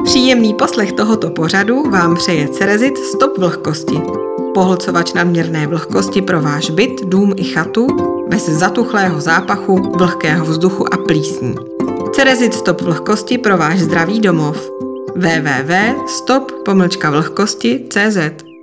Příjemný poslech tohoto pořadu vám přeje Cerezit Stop vlhkosti. Pohlcovač nadměrné vlhkosti pro váš byt, dům i chatu bez zatuchlého zápachu, vlhkého vzduchu a plísní. Cerezit Stop vlhkosti pro váš zdravý domov. www.stop-vlhkosti.cz.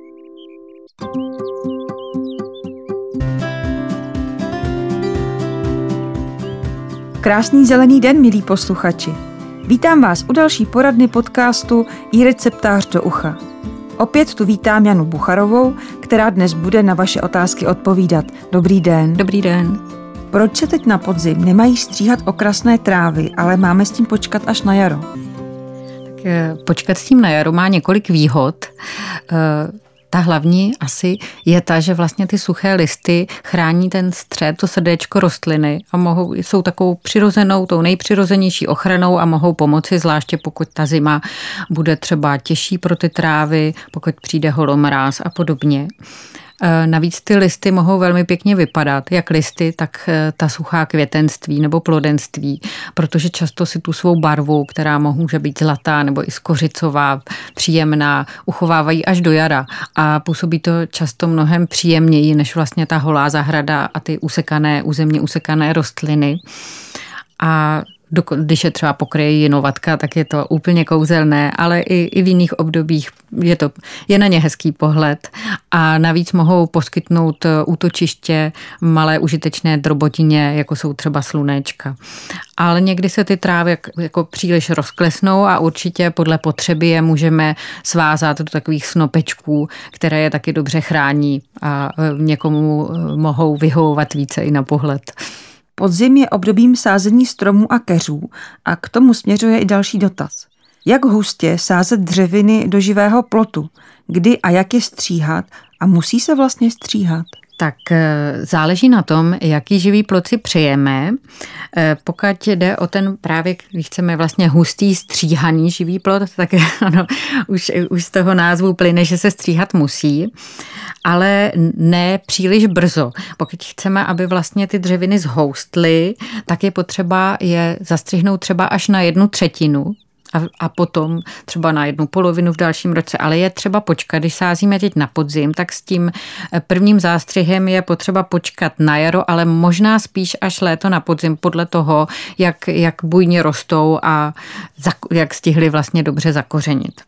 Krásný zelený den, milí posluchači. Vítám vás u další poradny podcastu iReceptář do ucha. Opět tu vítám Janu Bucharovou, která dnes bude na vaše otázky odpovídat. Dobrý den. Dobrý den. Proč se teď na podzim nemají stříhat okrasné trávy, ale máme s tím počkat až na jaro? Tak počkat s tím na jaro má několik výhod. Ta hlavní asi je ta, že vlastně ty suché listy chrání ten střed, to srdéčko rostliny a jsou takovou přirozenou, tou nejpřirozenější ochranou a mohou pomoci, zvláště pokud ta zima bude třeba těžší pro ty trávy, pokud přijde holomráz a podobně. Navíc ty listy mohou velmi pěkně vypadat, jak listy, tak ta suchá květenství nebo plodenství, protože často si tu svou barvu, která může být zlatá nebo i skořicová, příjemná, uchovávají až do jara a působí to často mnohem příjemněji, než vlastně ta holá zahrada a ty územně usekané rostliny. A když je třeba pokryje jinovatka, tak je to úplně kouzelné, ale i v jiných obdobích je na ně hezký pohled a navíc mohou poskytnout útočiště malé užitečné drobotině, jako jsou třeba slunéčka. Ale někdy se ty trávy jako příliš rozklesnou a určitě podle potřeby je můžeme svázat do takových snopečků, které je taky dobře chrání a někomu mohou vyhovovat více i na pohled. Podzim je obdobím sázení stromů a keřů a k tomu směřuje i další dotaz. Jak hustě sázet dřeviny do živého plotu? Kdy a jak je stříhat? A musí se vlastně stříhat? Tak záleží na tom, jaký živý plot si přejeme. Pokud jde o ten právě, když chceme vlastně hustý stříhaný živý plot, tak ano, už z toho názvu plyne, že se stříhat musí, ale ne příliš brzo. Pokud chceme, aby vlastně ty dřeviny zhoustly, tak je potřeba je zastřihnout třeba až na 1/3 a potom třeba na 1/2 v dalším roce, ale je třeba počkat, když sázíme teď na podzim, tak s tím prvním zástřihem je potřeba počkat na jaro, ale možná spíš až léto na podzim, podle toho, jak bujně rostou a jak stihli vlastně dobře zakořenit.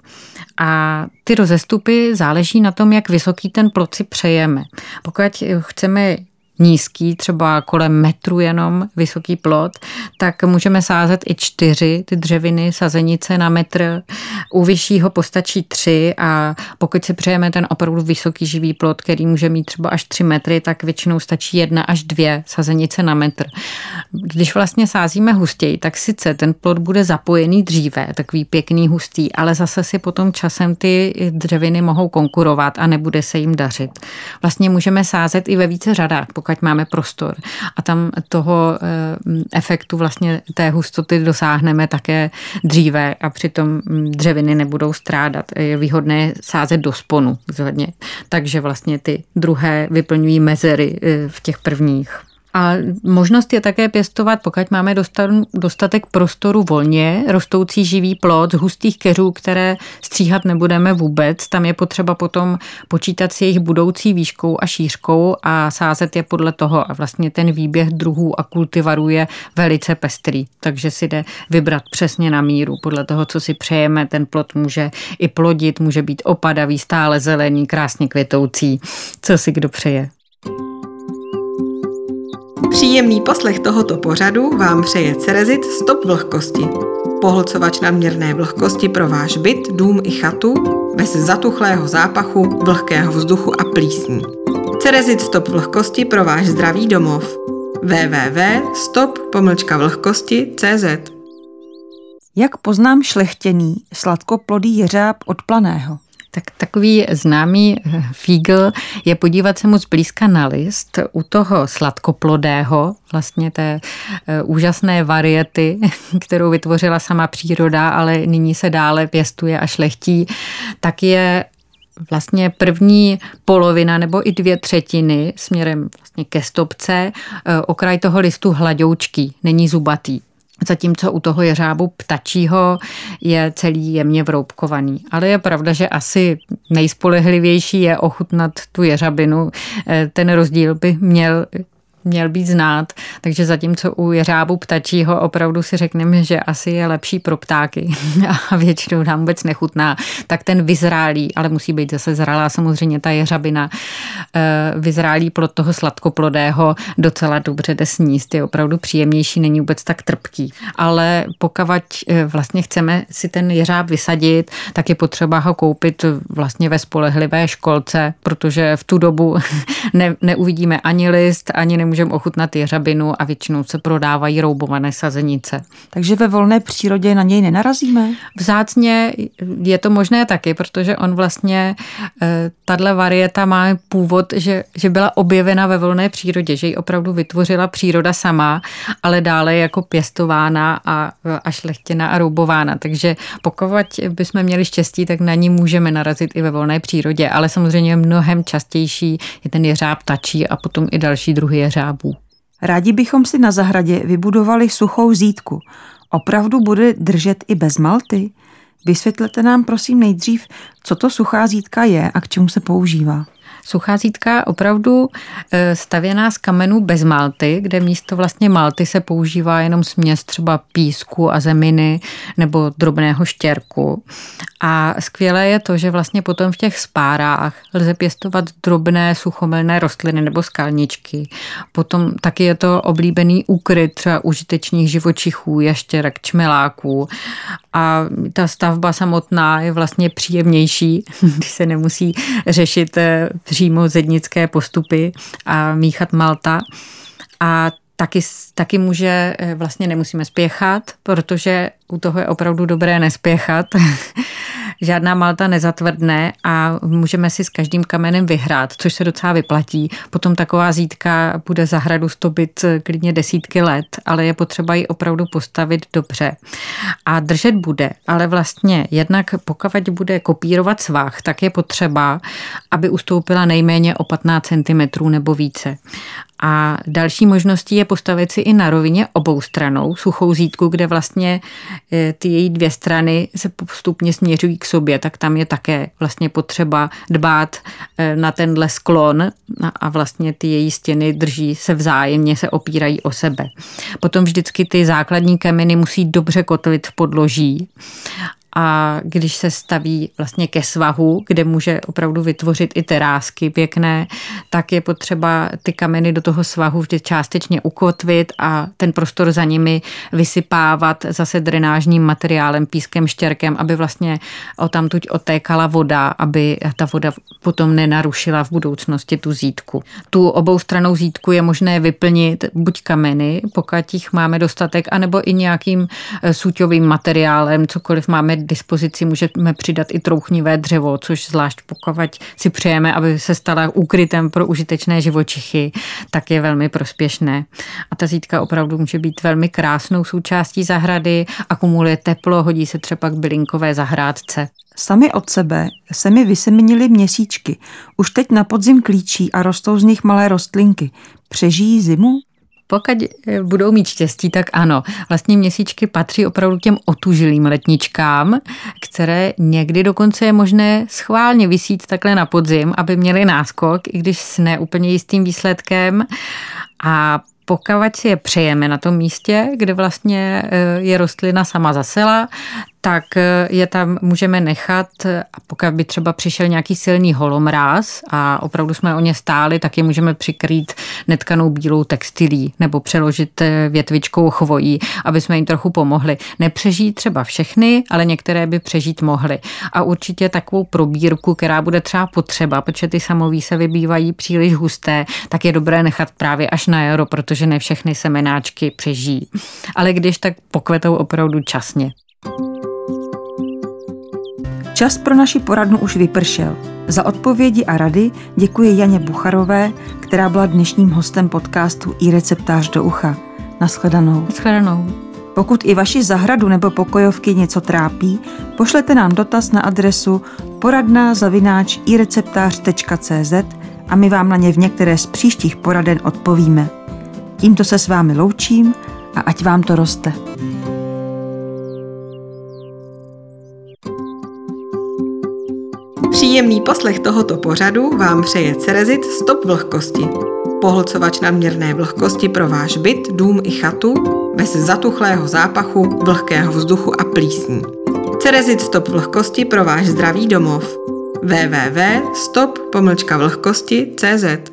A ty rozestupy záleží na tom, jak vysoký ten plot si přejeme. Pokud chceme nízký, třeba kolem metru jenom vysoký plot, tak můžeme sázet i 4 ty dřeviny, sazenice na metr. U vyššího postačí 3 a pokud si přejeme ten opravdu vysoký živý plot, který může mít třeba až 3 metry, tak většinou stačí 1 až 2 sazenice na metr. Když vlastně sázíme hustěji, tak sice ten plot bude zapojený dříve, takový pěkný hustý, ale zase si potom časem ty dřeviny mohou konkurovat a nebude se jim dařit. Vlastně můžeme sázet i ve více řadách, pokud máme prostor. A tam toho efektu vlastně té hustoty dosáhneme také dříve a přitom dřeviny nebudou strádat. Je výhodné sázet do sponu. Takže vlastně ty druhé vyplňují mezery v těch prvních. A možnost je také pěstovat, pokud máme dostatek prostoru volně, rostoucí živý plot z hustých keřů, které stříhat nebudeme vůbec. Tam je potřeba potom počítat s jejich budoucí výškou a šířkou a sázet je podle toho. A vlastně ten výběh druhů a kultivarů je velice pestrý, takže si jde vybrat přesně na míru. Podle toho, co si přejeme, ten plot může i plodit, může být opadavý, stále zelený, krásně květoucí, co si kdo přeje. Příjemný poslech tohoto pořadu vám přeje Cerezit Stop vlhkosti. Pohlcovač nadměrné vlhkosti pro váš byt, dům i chatu bez zatuchlého zápachu, vlhkého vzduchu a plísní. Cerezit Stop vlhkosti pro váš zdravý domov. www.stop-vlhkosti.cz. Jak poznám šlechtěný sladkoplodý jeřáb od planého? Tak takový známý fígl je podívat se mu zblízka na list u toho sladkoplodého, vlastně té úžasné variety, kterou vytvořila sama příroda, ale nyní se dále pěstuje a šlechtí, tak je vlastně první polovina nebo i 2/3 směrem vlastně ke stopce, okraj toho listu hladoučký, není zubatý. zatímco u toho jeřábu ptačího je celý jemně vroubkovaný. Ale je pravda, že asi nejspolehlivější je ochutnat tu jeřabinu. Ten rozdíl by měl být znát, takže zatímco u jeřábu ptačího opravdu si řekneme, že asi je lepší pro ptáky a většinou nám vůbec nechutná, tak ten vyzrálý, ale musí být zase zralá samozřejmě ta jeřabina, vyzrálý plod toho sladkoplodého docela dobře jde sníst, je opravdu příjemnější, není vůbec tak trpký. Ale pokud vlastně chceme si ten jeřáb vysadit, tak je potřeba ho koupit vlastně ve spolehlivé školce, protože v tu dobu neuvidíme ani list, ani nemůžeme ochutnat jeřabinu a většinou se prodávají roubované sazenice. Takže ve volné přírodě na něj nenarazíme? Vzácně je to možné taky, protože on vlastně, tato varieta má původ, že byla objevena ve volné přírodě, že ji opravdu vytvořila příroda sama, ale dále jako pěstována a šlechtěna a roubována. Takže pokud bychom měli štěstí, tak na ní můžeme narazit i ve volné přírodě, ale samozřejmě mnohem častější je ten jeřáb ptačí a potom i další druhy jeřábů. Rádi bychom si na zahradě vybudovali suchou zítku. Opravdu bude držet i bez malty? Vysvětlete nám prosím nejdřív, co to suchá zítka je a k čemu se používá. Suchá zítka opravdu stavěná z kamenů bez malty, kde místo vlastně malty se používá jenom směs třeba písku a zeminy nebo drobného štěrku. A skvělé je to, že vlastně potom v těch spárách lze pěstovat drobné suchomilné rostliny nebo skalničky. Potom taky je to oblíbený úkryt třeba užitečných živočichů, ještěrek, čmeláků. A ta stavba samotná je vlastně příjemnější, když se nemusí řešit přímo zednické postupy a míchat malta. A taky vlastně nemusíme spěchat, protože u toho je opravdu dobré nespěchat. Žádná malta nezatvrdne a můžeme si s každým kamenem vyhrát, což se docela vyplatí. Potom taková zítka bude zahradu stopit klidně desítky let, ale je potřeba ji opravdu postavit dobře. A držet bude, ale vlastně jednak pokud bude kopírovat svah, tak je potřeba, aby ustoupila nejméně o 15 cm nebo více. A další možností je postavit si i na rovině oboustranou suchou zítku, kde vlastně ty její dvě strany se postupně směřují k sobě, tak tam je také vlastně potřeba dbát na tenhle sklon a vlastně ty její stěny drží se vzájemně, se opírají o sebe. Potom vždycky ty základní kameny musí dobře kotvit v podloží. A když se staví vlastně ke svahu, kde může opravdu vytvořit i terásky pěkné, tak je potřeba ty kameny do toho svahu vždy částečně ukotvit a ten prostor za nimi vysypávat zase drenážním materiálem, pískem, štěrkem, aby vlastně odtamtud otékala voda, aby ta voda potom nenarušila v budoucnosti tu zítku. Tu oboustrannou zítku je možné vyplnit buď kameny, pokud jich máme dostatek, anebo i nějakým suťovým materiálem, cokoliv máme dispozici, můžeme přidat i trouchnivé dřevo, což zvlášť pokud si přejeme, aby se stala úkrytem pro užitečné živočichy, tak je velmi prospěšné. A ta zítka opravdu může být velmi krásnou součástí zahrady, akumuluje teplo, hodí se třeba k bylinkové zahrádce. Sami od sebe se mi vysemenily měsíčky. Už teď na podzim klíčí a rostou z nich malé rostlinky. Přežijí zimu? Pokud budou mít štěstí, tak ano. Vlastně měsíčky patří opravdu těm otužilým letničkám, které někdy dokonce je možné schválně vysít takhle na podzim, aby měly náskok, i když s neúplně jistým výsledkem. A pokud si je přejeme na tom místě, kde vlastně je rostlina sama zasela, tak je tam můžeme nechat a pokud by třeba přišel nějaký silný holomráz a opravdu jsme o ně stáli, tak je můžeme přikrýt netkanou bílou textilí nebo přeložit větvičkou chvojí, aby jsme jim trochu pomohli. Nepřežijí třeba všechny, ale některé by přežít mohly. A určitě takovou probírku, která bude třeba potřeba, protože ty samovýsevy bývají příliš husté, tak je dobré nechat právě až na jaro, protože ne všechny semenáčky přežijí. Ale když tak pokvetou opravdu časně. Čas pro naši poradnu už vypršel. Za odpovědi a rady děkuji Janě Bucharové, která byla dnešním hostem podcastu iReceptář do ucha. Naschledanou. Naschledanou. Pokud i vaši zahradu nebo pokojovky něco trápí, pošlete nám dotaz na adresu poradna@ireceptář.cz a my vám na ně v některé z příštích poraden odpovíme. Tímto se s vámi loučím a ať vám to roste. Příjemný poslech tohoto pořadu vám přeje Cerezit Stop vlhkosti. Pohlcovač nadměrné vlhkosti pro váš byt, dům i chatu bez zatuchlého zápachu, vlhkého vzduchu a plísní. Cerezit Stop vlhkosti pro váš zdravý domov. www.stop-vlhkosti.cz